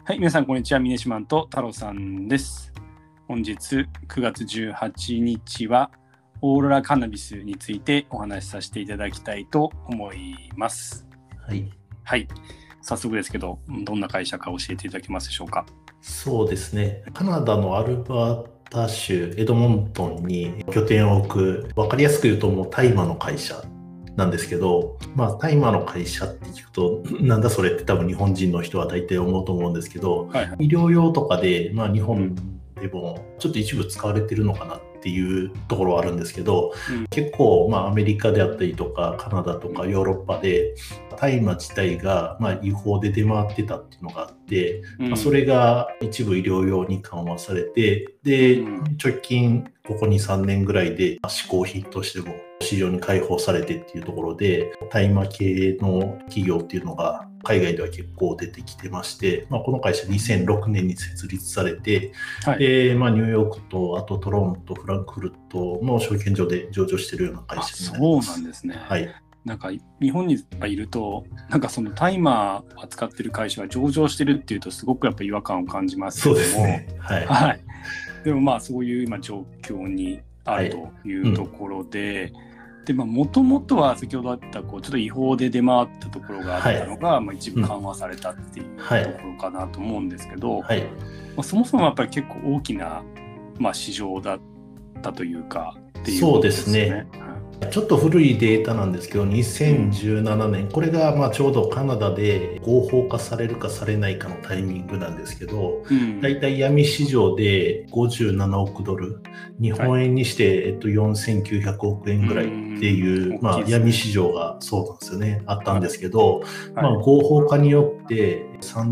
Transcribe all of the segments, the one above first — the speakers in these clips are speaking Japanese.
はい、皆さんこんにちは。ミネシマンと太郎さんです。本日9月18日はオーロラカナビスについてお話しさせていただきたいと思います。 はい。 はい。早速ですけど、どんな会社か教えていただけますでしょうか。 そうですね。カナダのアルバータ州エドモントンに拠点を置く、わかりやすく言うともう大麻の会社なんですけど、大麻の会社って聞くと、なんだそれって多分日本人の人は大体思うと思うんですけど、 はいはい、 医療用とかで、日本でもちょっと一部使われてるのかなっていうところはあるんですけど、結構アメリカであったりとかカナダとかヨーロッパで大麻自体が違法で出回ってたっていうのがあって、それが一部医療用に緩和されて、で、直近ここ2、3年ぐらいで嗜好品としても市場に開放されてっていうところで、大麻系の企業っていうのが海外では結構出てきてまして、この会社2006年に設立されて、 はい、 で、ニューヨークとあとトロント、フランクフルトの証券所で上場しているような会社になります。 そうなんですね。 はい。 なんか日本にいると、なんかその大麻を扱ってる会社が上場してるっていうとすごくやっぱ違和感を感じますけども、 そうですね。はい。 はい。でもそういう今状況にあるというところで、でもともとは先ほどあったちょっと違法で出回ったところがあったのが、一部緩和されたっていうところかなと思うんですけど、そもそもやっぱり結構大きな、市場だったというかっていうことですね。 そうですね。ちょっと古いデータなんですけど、2017年、これがちょうどカナダで合法化されるかされないかのタイミングなんですけど、だいたい闇市場で57億ドル、日本円にして4900億円ぐらいっていう、闇市場がそうなんですよね、あったんですけど、合法化によって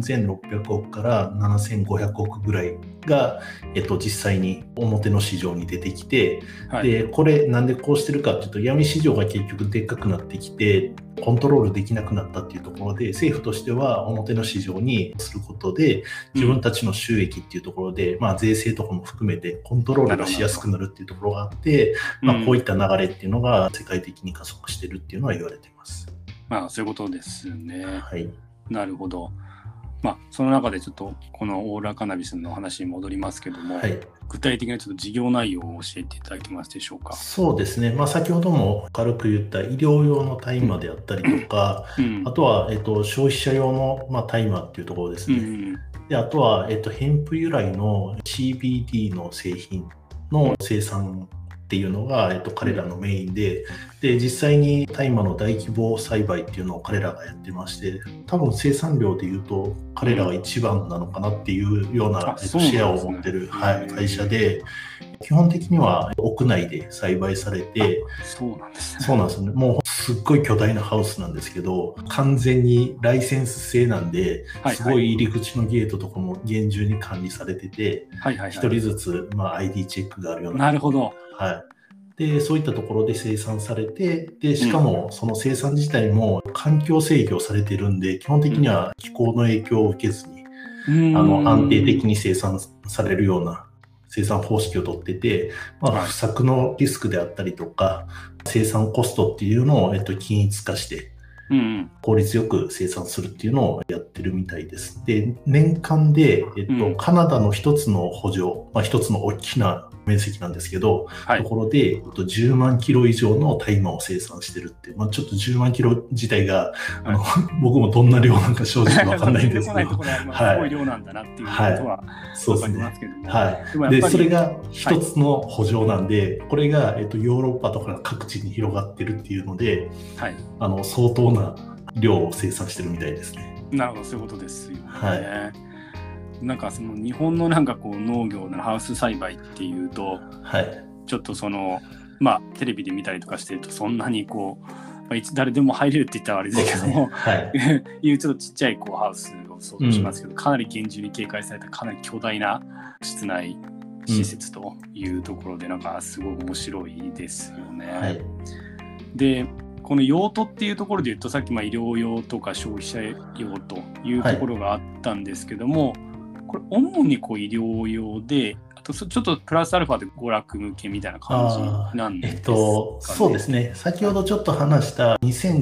3600億から7500億ぐらいが、実際に表の市場に出てきて、で、これなんでこうしてるかっていうと、闇市場が結局でっかくなってきて、コントロールできなくなったっていうところで、政府としては表の市場にすることで、自分たちの収益っていうところで、税制とかも含めてコントロールがしやすくなるっていうところがあって、こういった流れっていうのが世界的に加速してるっていうのは言われています。 そういうことですね。 はい。 なるほど。その中でちょっとこのオーロラカナビスの話に戻りますけども、具体的なちょっと事業内容を教えていただけますでしょうか。 そうですね。先ほども軽く言った医療用の大麻であったりとか、あとは、消費者用の、大麻っていうところですね。で、あとは、ヘンプ由来の CBD の製品の生産っていうのが、彼らのメインで、実際に大麻の大規模栽培っていうのを彼らがやってまして、多分生産量でいうと彼らが一番なのかなっていうような、シェアを持ってる、会社で、基本的には屋内で栽培されて、 そうなんですね。 そうなんですね。もうすっごい巨大なハウスなんですけど、完全にライセンス制なんで、すごい入り口のゲートとかも厳重に管理されてて、一人ずつID チェックがあるような。 なるほど。 で、そういったところで生産されて、で、しかもその生産自体も環境制御されてるんで、基本的には気候の影響を受けずに、安定的に生産されるような生産方式をとってて、不作のリスクであったりとか、生産コストっていうのを、均一化して、効率よく生産するっていうのをやってるみたいです。で、年間で、カナダの一つの補助、一つの大きな面積なんですけど、ところで、10万キロ以上の大麻を生産してるって、ちょっと10万キロ自体が、僕もどんな量なんか正直わかんないんですけど、 すごい量なんだなっていうことはわかりますけども、 で、それが一つの補助なんで、これが、ヨーロッパとか各地に広がってるっていうので、相当な量を生産してるみたいですね。 なるほど、そういうことですよね。なんかその日本の農業のハウス栽培っていうと、ちょっとテレビで見たりとかしてるとそんなにいつ誰でも入れるって言ったらあれですけども、いうちょっとちっちゃいハウスを想像しますけど、かなり厳重に警戒されたかなり巨大な室内施設というところで、すごい面白いですよね。で、この用途っていうところで言うと、さっき医療用とか消費者用というところがあったんですけども、これ主に医療用で、あちょっとプラスアルファで娯楽向けみたいな感じなんですかね。 そうですね。先ほどちょっと話した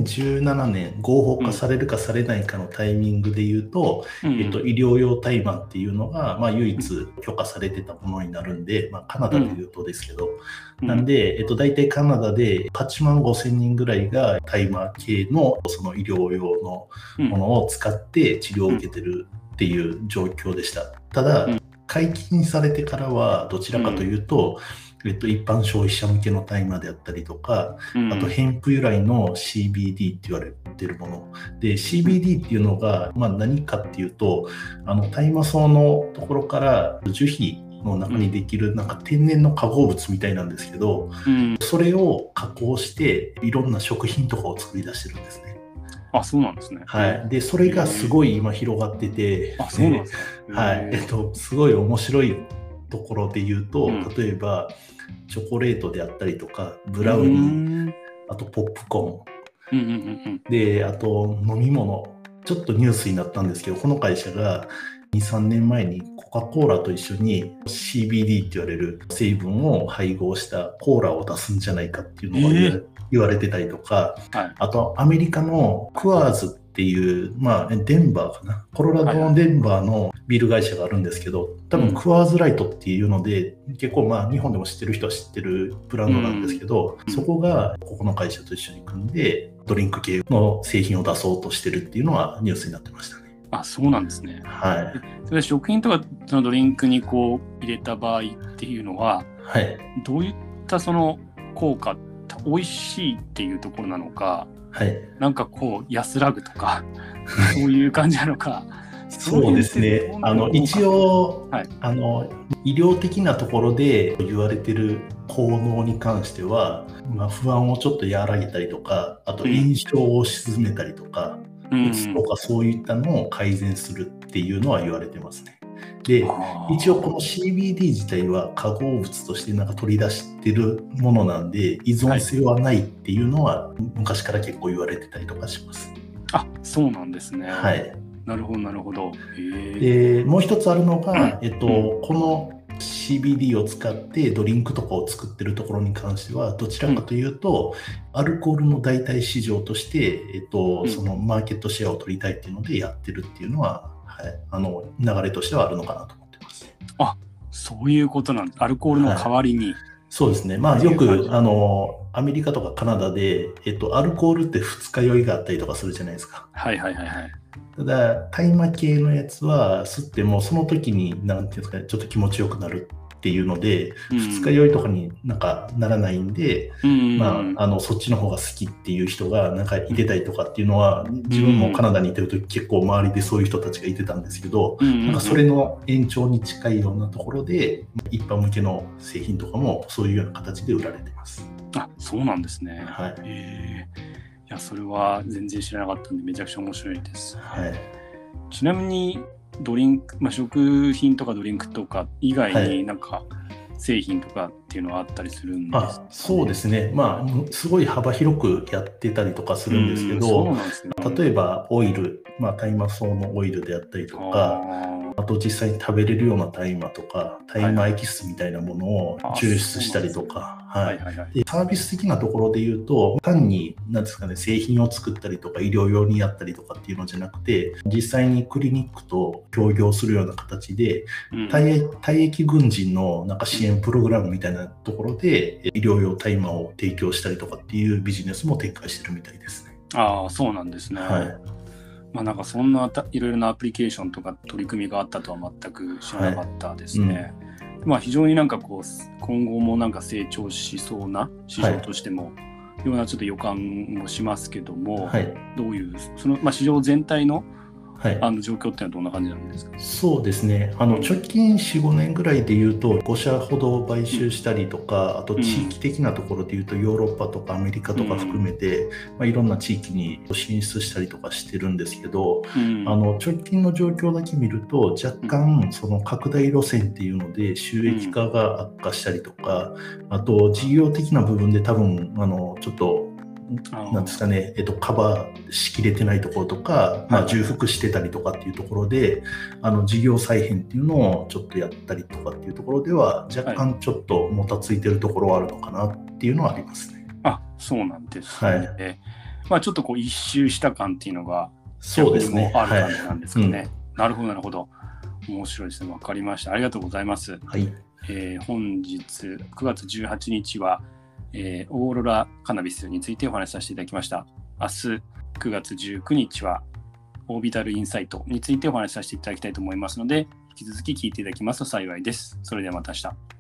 2017年合法化されるかされないかのタイミングで言うと、医療用大麻っていうのが、唯一許可されてたものになるんで、カナダで言うとですけど、なんで、大体カナダで8万5千人ぐらいが大麻系のその医療用のものを使って治療を受けてるっていう状況でした。ただ、解禁されてからはどちらかというと、一般消費者向けの大麻であったりとか、あとヘンプ由来の CBD って言われてるもので、 CBD っていうのが、何かっていうと、大麻草のところから樹皮の中にできるなんか天然の化合物みたいなんですけど、それを加工していろんな食品とかを作り出してるんですね。 あ、そうなんですね。 はい。で、それがすごい今広がってて、 あ、そうなんですか。 はい。すごい面白いところで言うと、例えばチョコレートであったりとか、ブラウニー、あとポップコーン、で、あと飲み物、ちょっとニュースになったんですけど、この会社が2、3年前にコカ・コーラと一緒に CBD って言われる成分を配合したコーラを出すんじゃないかっていうのが言われてたりとか、あとアメリカのクワーズっていう、デンバーかな、コロラドのデンバーのビール会社があるんですけど、多分クワーズライトっていうので、結構日本でも知ってる人は知ってるブランドなんですけど、そこがここの会社と一緒に組んでドリンク系の製品を出そうとしてるっていうのはニュースになってましたね。 あ、そうなんですね。 はい。 それ食品とかそのドリンクにこう入れた場合っていうのは、 はい、 どういったその効果、美味しいっていうところなのか、 はい、 なんかこう安らぐとかそういう感じなのか。 そうですね。一応、医療的なところで言われてる効能に関しては、不安をちょっと和らげたりとか、あと炎症を鎮めたりとか、うつとかそういったのを改善するっていうのは言われてますね。で、一応この CBD 自体は化合物としてなんか取り出してるものなんで、依存性はないっていうのは昔から結構言われてたりとかします。 あ、そうなんですね。 はい。 なるほどなるほど。 で、もう一つあるのが、この CBD を使ってドリンクとかを作ってるところに関してはどちらかというと、アルコールの代替市場として、そのマーケットシェアを取りたいっていうのでやってるっていうのは、流れとしてはあるのかなと思ってます。 あ、そういうことなんです。アルコールの代わりに。 そうですね。よくアメリカとかカナダで、アルコールって二日酔いがあったりとかするじゃないですか。 はいはいはいはい。 ただ大麻系のやつは吸ってもその時になんていうんですかね、ちょっと気持ちよくなるっていうので、二日酔いとかになんかならないんで、そっちの方が好きっていう人がなんかいてたりとかっていうのは、自分もカナダにいてる時結構周りでそういう人たちがいてたんですけど、なんかそれの延長に近いようなところで一般向けの製品とかもそういうような形で売られてます。 あ、そうなんですね。 はい。 いや、それは全然知らなかったんでめちゃくちゃ面白いです。 はい。 ちなみにドリンク、食品とかドリンクとか以外になんか製品とかっていうのはあったりするんですか？ そうですね。すごい幅広くやってたりとかするんですけど、例えばオイル、大麻草のオイルであったりとか、あと実際に食べれるような大麻とか、大麻エキスみたいなものを抽出したりとか、でサービス的なところで言うと、単に何ですかね、製品を作ったりとか医療用にやったりとかっていうのじゃなくて、実際にクリニックと協業するような形で、退役軍人のなんか支援プログラムみたいなところで医療用大麻を提供したりとかっていうビジネスも展開してるみたいですね。 ああ、そうなんですね。はい。なんかそんないろいろなアプリケーションとか取り組みがあったとは全く知らなかったですね。非常になんかこう今後もなんか成長しそうな市場としても、ようなちょっと予感もしますけども、どういうその、市場全体の状況っていうのはどんな感じなんですか？ そうですね。直近 4,5 年ぐらいでいうと5社ほど買収したりとか、あと地域的なところでいうとヨーロッパとかアメリカとか含めて、いろんな地域に進出したりとかしてるんですけど、直近の状況だけ見ると若干その拡大路線っていうので収益化が悪化したりとか、あと事業的な部分で多分ちょっとなんですかね、カバーしきれてないところとか、重複してたりとかっていうところで、事業再編っていうのをちょっとやったりとかっていうところでは、若干ちょっともたついてるところはあるのかなっていうのはありますね。 そうなんですね。ちょっと一周した感っていうのが、 そうですね。 ある感じなんですかね。なるほど、なるほど。面白いですね。わかりました。ありがとうございます。本日9月18日は、オーロラカナビスについてお話しさせていただきました。明日9月19日はオービタルインサイトについてお話しさせていただきたいと思いますので、引き続き聞いていただきますと幸いです。それではまた明日。